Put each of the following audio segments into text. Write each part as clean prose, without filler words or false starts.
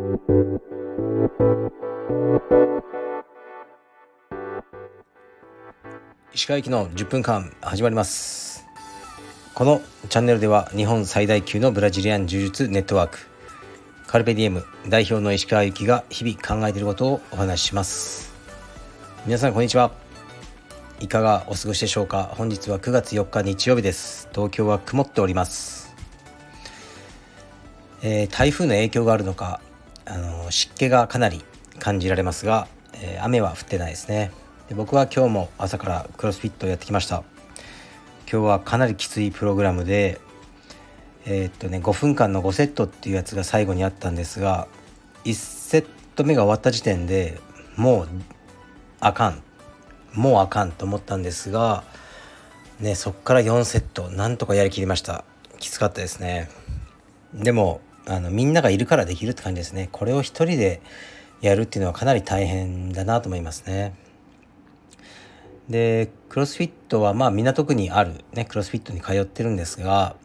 石川行きの10分間始まります。このチャンネルでは日本最大級のブラジリアン柔術ネットワークカルペディエム代表の石川行きが日々考えていることをお話しします。皆さんこんにちは。いかがお過ごしでしょうか。本日は9月4日日曜日です。東京は曇っております。台風の影響があるのか湿気がかなり感じられますが、雨は降ってないですね。で、僕は今日も朝からクロスフィットをやってきました。今日はかなりきついプログラムで5分間の5セットっていうやつが最後にあったんですが、1セット目が終わった時点でもうあかんと思ったんですが、そっから4セットなんとかやりきりました。きつかったですね。でもみんながいるからできるって感じですね。これを一人でやるっていうのはかなり大変だなと思いますね。でクロスフィットは港区にあるクロスフィットに通ってるんですが、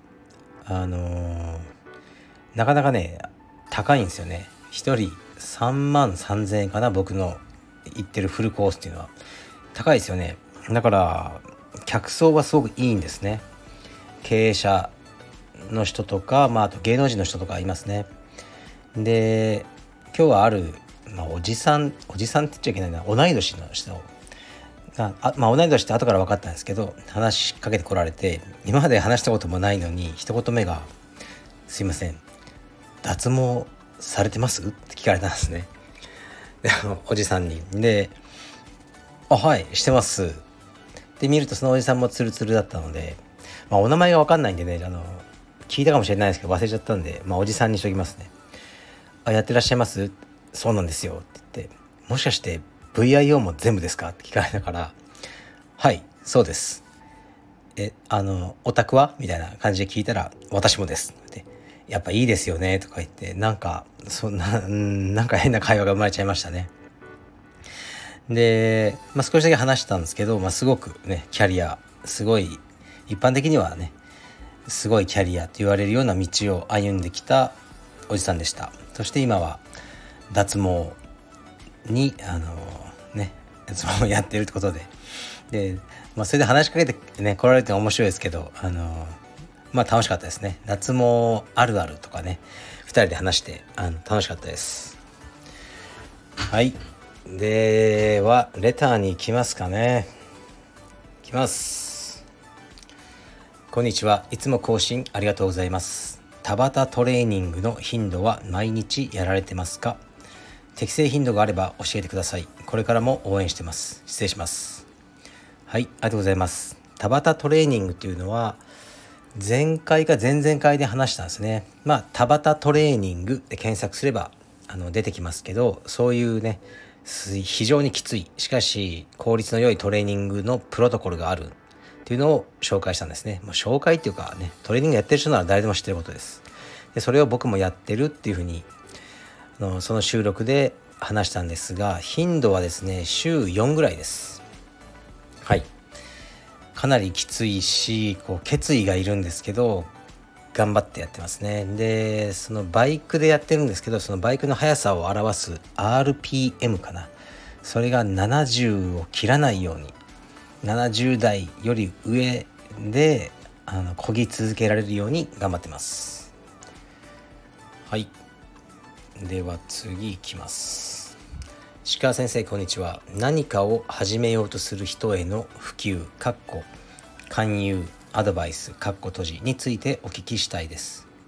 なかなか高いんですよね。一人3万3000円かな。僕の行ってるフルコースっていうのは高いですよね。だから客層はすごくいいんですね。経営者の人とか、あと芸能人の人とかいますね。で今日はある、おじさんって言っちゃいけないな、同い年の人同い年って後から分かったんですけど、話しかけてこられて、今まで話したこともないのに一言目がすいません脱毛されてますって聞かれたんですね。でおじさんにではいしてますで見ると、そのおじさんもツルツルだったので、お名前が分かんないんで聞いたかもしれないですけど忘れちゃったんで、おじさんにしときますね。やってらっしゃいます？そうなんですよって言って、もしかして VIO も全部ですかって聞かれたから、はいそうです。オタクはみたいな感じで聞いたら、私もですってやっぱいいですよねとか言って、なんか変な会話が生まれちゃいましたね。で、少しだけ話したんですけど、すごくキャリアすごい、一般的にはすごいキャリアと言われるような道を歩んできたおじさんでした。そして今は脱毛に脱毛をやってるってことで、それで話しかけて来られて面白いですけど、楽しかったですね。脱毛あるあるとか2人で話して楽しかったです。はい、ではレターに行きますかね。行きます。こんにちは。いつも更新ありがとうございます。田畑トレーニングの頻度は毎日やられてますか？適正頻度があれば教えてください。これからも応援してます。失礼します。はい、ありがとうございます。田畑トレーニングっていうのは前回か前々回で話したんですね。田畑トレーニングで検索すれば出てきますけど、そういう非常にきつい、しかし効率の良いトレーニングのプロトコルがあるっていうのを紹介したんですね。紹介っていうかトレーニングやってる人なら誰でも知ってることです。でそれを僕もやってるっていうふうにその収録で話したんですが、頻度はですね週4ぐらいです。はい、かなりきついし決意がいるんですけど頑張ってやってますね。でそのバイクでやってるんですけど、そのバイクの速さを表す RPM かな、それが70を切らないように70台より上で漕ぎ続けられるように頑張ってます。はい、では次いきます。石川先生こんにちは。何かを始めようとする人への普及勧誘アドバイス閉じについてお聞きしたいです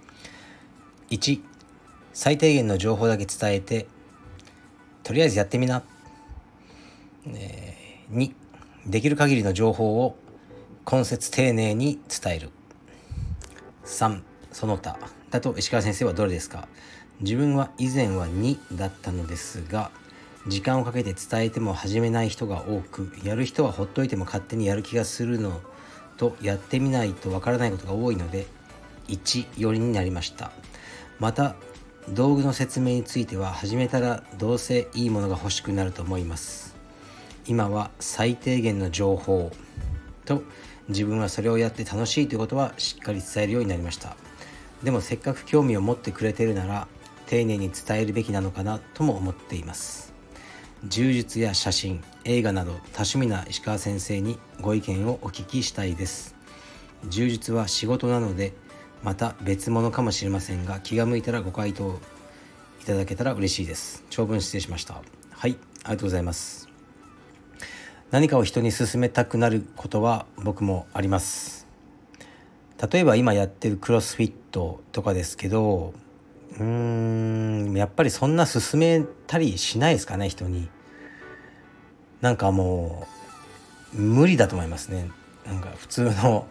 。1、最低限の情報だけ伝えてとりあえずやってみな。2、できる限りの情報を根節丁寧に伝える。3、その他だと石川先生はどれですか？自分は以前は2だったのですが、時間をかけて伝えても始めない人が多く、やる人はほっといても勝手にやる気がするのと、やってみないとわからないことが多いので1寄りになりました。また道具の説明については始めたらどうせいいものが欲しくなると思います。今は最低限の情報と、自分はそれをやって楽しいということはしっかり伝えるようになりました。でもせっかく興味を持ってくれているなら丁寧に伝えるべきなのかなとも思っています。柔術や写真、映画など多趣味な石川先生にご意見をお聞きしたいです。柔術は仕事なのでまた別物かもしれませんが、気が向いたらご回答いただけたら嬉しいです。長文失礼しました。はい、ありがとうございます。何かを人に勧めたくなることは僕もあります。例えば今やってるクロスフィットとかですけど、やっぱりそんな勧めたりしないですかね、人に。なんかもう無理だと思いますね。なんか普通の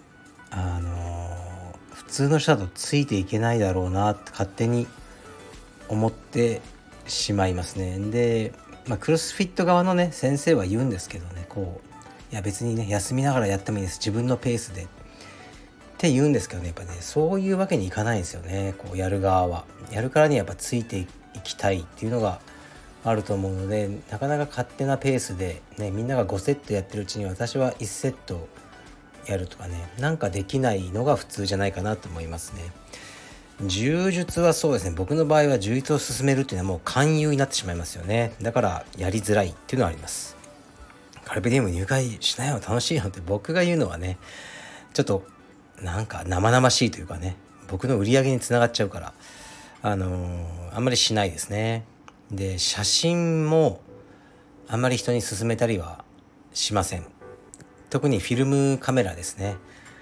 普通の人だとついていけないだろうなって勝手に思ってしまいますね。で、クロスフィット側のね先生は言うんですけどね、いや別にね休みながらやってもいいです、自分のペースでって言うんですけどね、やっぱねそういうわけにいかないんですよね。やる側はやるからにやっぱついていきたいっていうのがあると思うので、なかなか勝手なペースでね、みんなが5セットやってるうちに私は1セットやるとかね、なんかできないのが普通じゃないかなと思いますね。柔術はそうですね、僕の場合は柔術を進めるっていうのはもう勧誘になってしまいますよね。だからやりづらいっていうのはあります。カルペディウム入会しないよ、楽しいよって僕が言うのはね、ちょっとなんか生々しいというかね、僕の売り上げにつながっちゃうから、あんまりしないですね。で、写真もあんまり人に勧めたりはしません。特にフィルムカメラですね。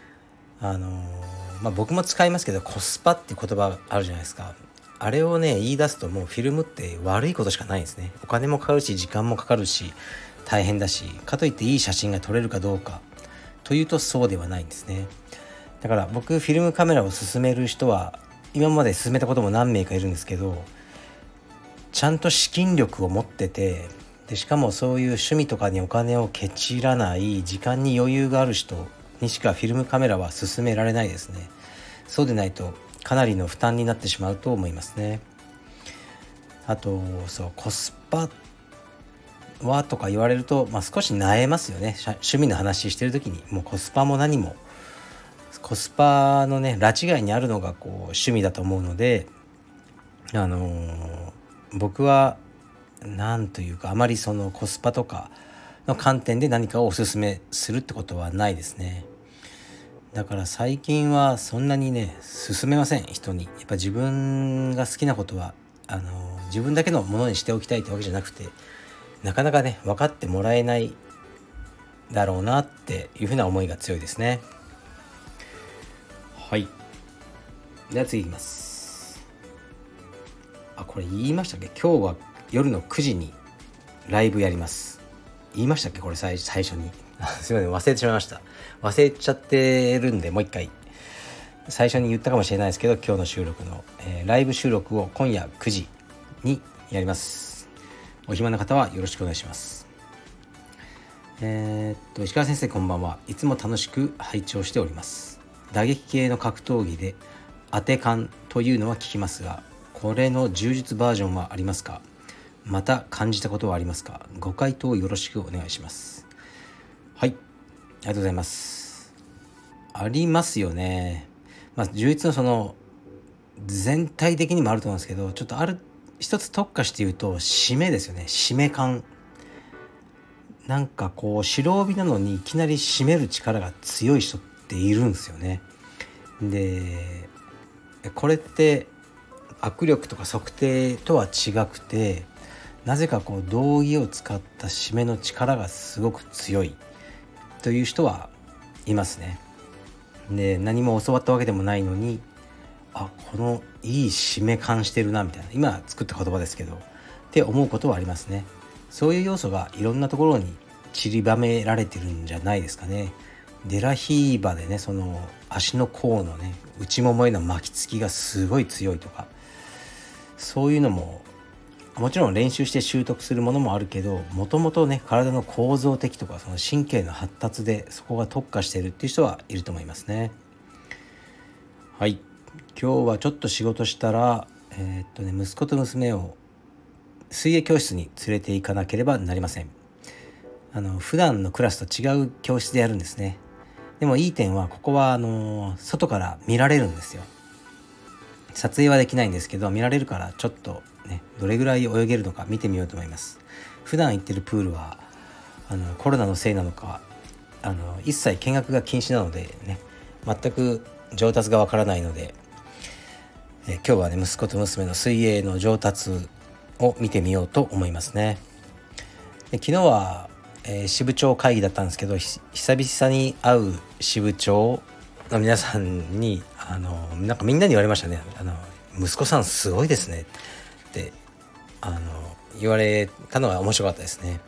僕も使いますけど、コスパっていう言葉あるじゃないですか。あれをね言い出すともうフィルムって悪いことしかないんですね。お金もかかるし時間もかかるし大変だし、かといっていい写真が撮れるかどうかというとそうではないんですね。だから僕フィルムカメラを勧める人は今まで勧めたことも何名かいるんですけど、ちゃんと資金力を持ってて、でしかもそういう趣味とかにお金をケチらない時間に余裕がある人にしかフィルムカメラは勧められないですね。そうでないとかなりの負担になってしまうと思いますね。あとコスパはとか言われると、少し萎えますよね。趣味の話してる時にもうコスパも何もコスパのね拉致外にあるのが趣味だと思うので、僕はなんというかあまりそのコスパとかの観点で何かをおすすめするってことはないですね。だから最近はそんなにね勧めません、人に。やっぱ自分が好きなことは自分だけのものにしておきたいってわけじゃなくて、なかなかね分かってもらえないだろうなっていうふうな思いが強いですね。はい、では次いきます。これ言いましたっけ、今日は夜の9時にライブやります。言いましたっけこれ最初にすいません、忘れてしまいました。忘れちゃってるんでもう一回最初に言ったかもしれないですけど、今日の収録の、ライブ収録を今夜9時にやります。お暇な方はよろしくお願いします。石川先生こんばんは。いつも楽しく拝聴しております。打撃系の格闘技で当て勘というのは聞きますが、これの柔術バージョンはありますか？また感じたことはありますか？ご回答よろしくお願いします。はい、ありがとうございます。ありますよね。柔術のその全体的にもあると思うんですけど、ちょっとある一つ特化して言うと締めですよね。締め感。なんか白帯なのにいきなり締める力が強い人っているんですよね。でこれって握力とか測定とは違くて、なぜか道着を使った締めの力がすごく強いという人はいますね。で何も教わったわけでもないのに、このいい締め感してるなみたいな、今作った言葉ですけどって思うことはありますね。そういう要素がいろんなところに散りばめられてるんじゃないですかね。デラヒーバでね、その足の甲のね内ももへの巻きつきがすごい強いとか、そういうのももちろん練習して習得するものもあるけど、もともとね体の構造的とかその神経の発達でそこが特化しているっていう人はいると思いますね。はい、今日はちょっと仕事したら息子と娘を水泳教室に連れて行かなければなりません。普段のクラスと違う教室でやるんですね。でもいい点はここは外から見られるんですよ。 撮影はできないんですけど、見られるからちょっとね、どれぐらい泳げるのか見てみようと思います。普段行ってるプールはコロナのせいなのか一切見学が禁止なのでね、全く上達がわからないので、今日はね、息子と娘の水泳の上達を見てみようと思いますね。で、昨日は、支部長会議だったんですけど、久々に会う支部長の皆さんになんかみんなに言われましたね。息子さんすごいですねって言われたのが面白かったですね。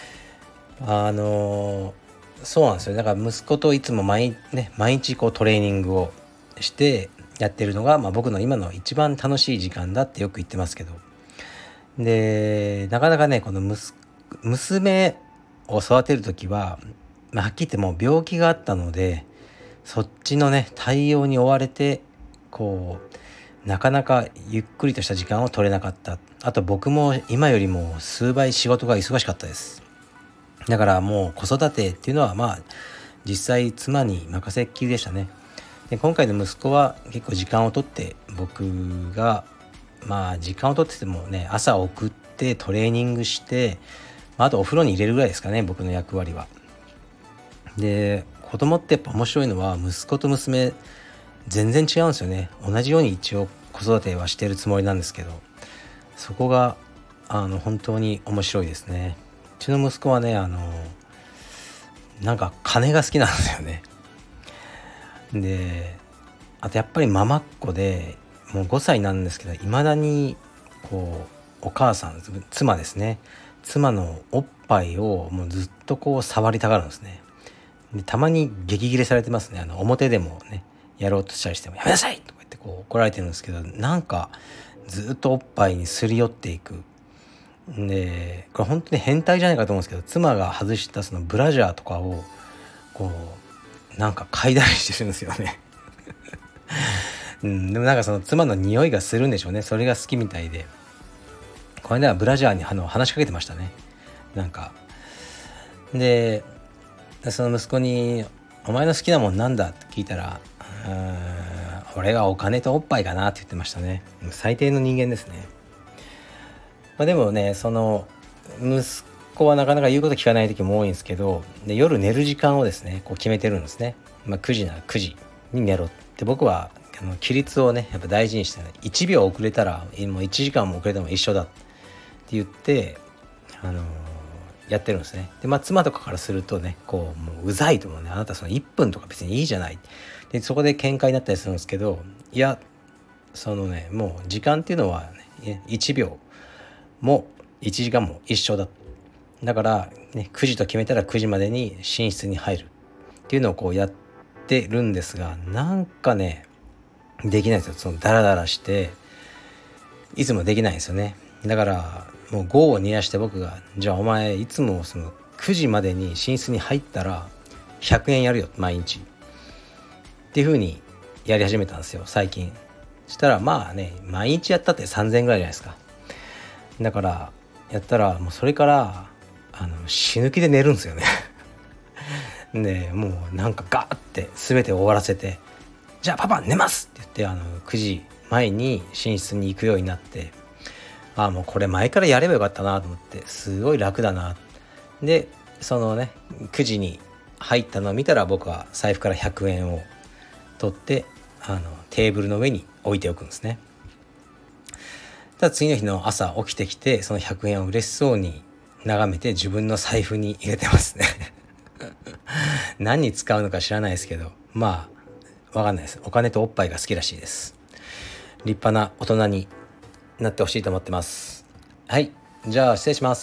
そうなんですよ。だから息子といつも毎日こうトレーニングをしてやってるのが、僕の今の一番楽しい時間だってよく言ってますけど、でなかなかね、この娘を育てる時は、はっきり言ってもう病気があったので、そっちのね対応に追われて、こうなかなかゆっくりとした時間を取れなかった。あと僕も今よりも数倍仕事が忙しかったです。だからもう子育てっていうのは実際妻に任せっきりでしたね。で、今回の息子は結構時間をとって、僕が時間をとっててもね、朝送ってトレーニングして、あとお風呂に入れるぐらいですかね、僕の役割は。で、子供ってやっぱ面白いのは、息子と娘全然違うんですよね。同じように一応子育てはしてるつもりなんですけど、そこが本当に面白いですね。うちの息子はね、なんか金が好きなんですよね。で、あとやっぱりママっ子で、もう5歳なんですけど、未だにこうお母さん、妻ですね、妻のおっぱいをもうずっとこう触りたがるんですね。で、たまに激切れされてますね。表でもね、やろうとしたりしてもやめなさいとか言ってこう怒られてるんですけど、なんかずっとおっぱいにすり寄っていく。で、これ本当に変態じゃないかと思うんですけど、妻が外したそのブラジャーとかをこうなんか嗅いだりしてるんですよね。でもなんかその妻の匂いがするんでしょうね。それが好きみたいで、これではブラジャーに話しかけてましたね。なんかで、その息子にお前の好きなもんなんだって聞いたら、俺がお金とおっぱいかなって言ってましたね。最低の人間ですね。でもね、その息子はなかなか言うこと聞かない時も多いんですけど、で、夜寝る時間をですねこう決めてるんですね。9時なら9時に寝ろって。僕は規律をねやっぱ大事にして、ね、1秒遅れたらもう1時間も遅れても一緒だって言ってやってるんですね。で、妻とかからするとね、こうもううざいと思うね。あなたその1分とか別にいいじゃない。で、そこで喧嘩になったりするんですけど、いや、そのね、もう時間っていうのは、ね、1秒も1時間も一緒だ。だから、ね、9時と決めたら9時までに寝室に入るっていうのをこうやってるんですが、なんかね、できないんですよ。そのダラダラしていつもできないんですよね。だからもう業を煮やして、僕がじゃあお前いつもその9時までに寝室に入ったら100円やるよ毎日っていう風にやり始めたんですよ、最近。そしたら毎日やったって3000円ぐらいじゃないですか。だからやったらもうそれから死ぬ気で寝るんですよね。で、もうなんかガーって全て終わらせて、じゃあパパ寝ますって言って9時前に寝室に行くようになって、もうこれ前からやればよかったなと思って、すごい楽だな。で、そのね9時に入ったのを見たら、僕は財布から100円を取ってテーブルの上に置いておくんですね。ただ次の日の朝起きてきて、その100円を嬉しそうに眺めて自分の財布に入れてますね。何に使うのか知らないですけど、わかんないです。お金とおっぱいが好きらしいです。立派な大人になってほしいと思ってます。はい、じゃあ失礼します。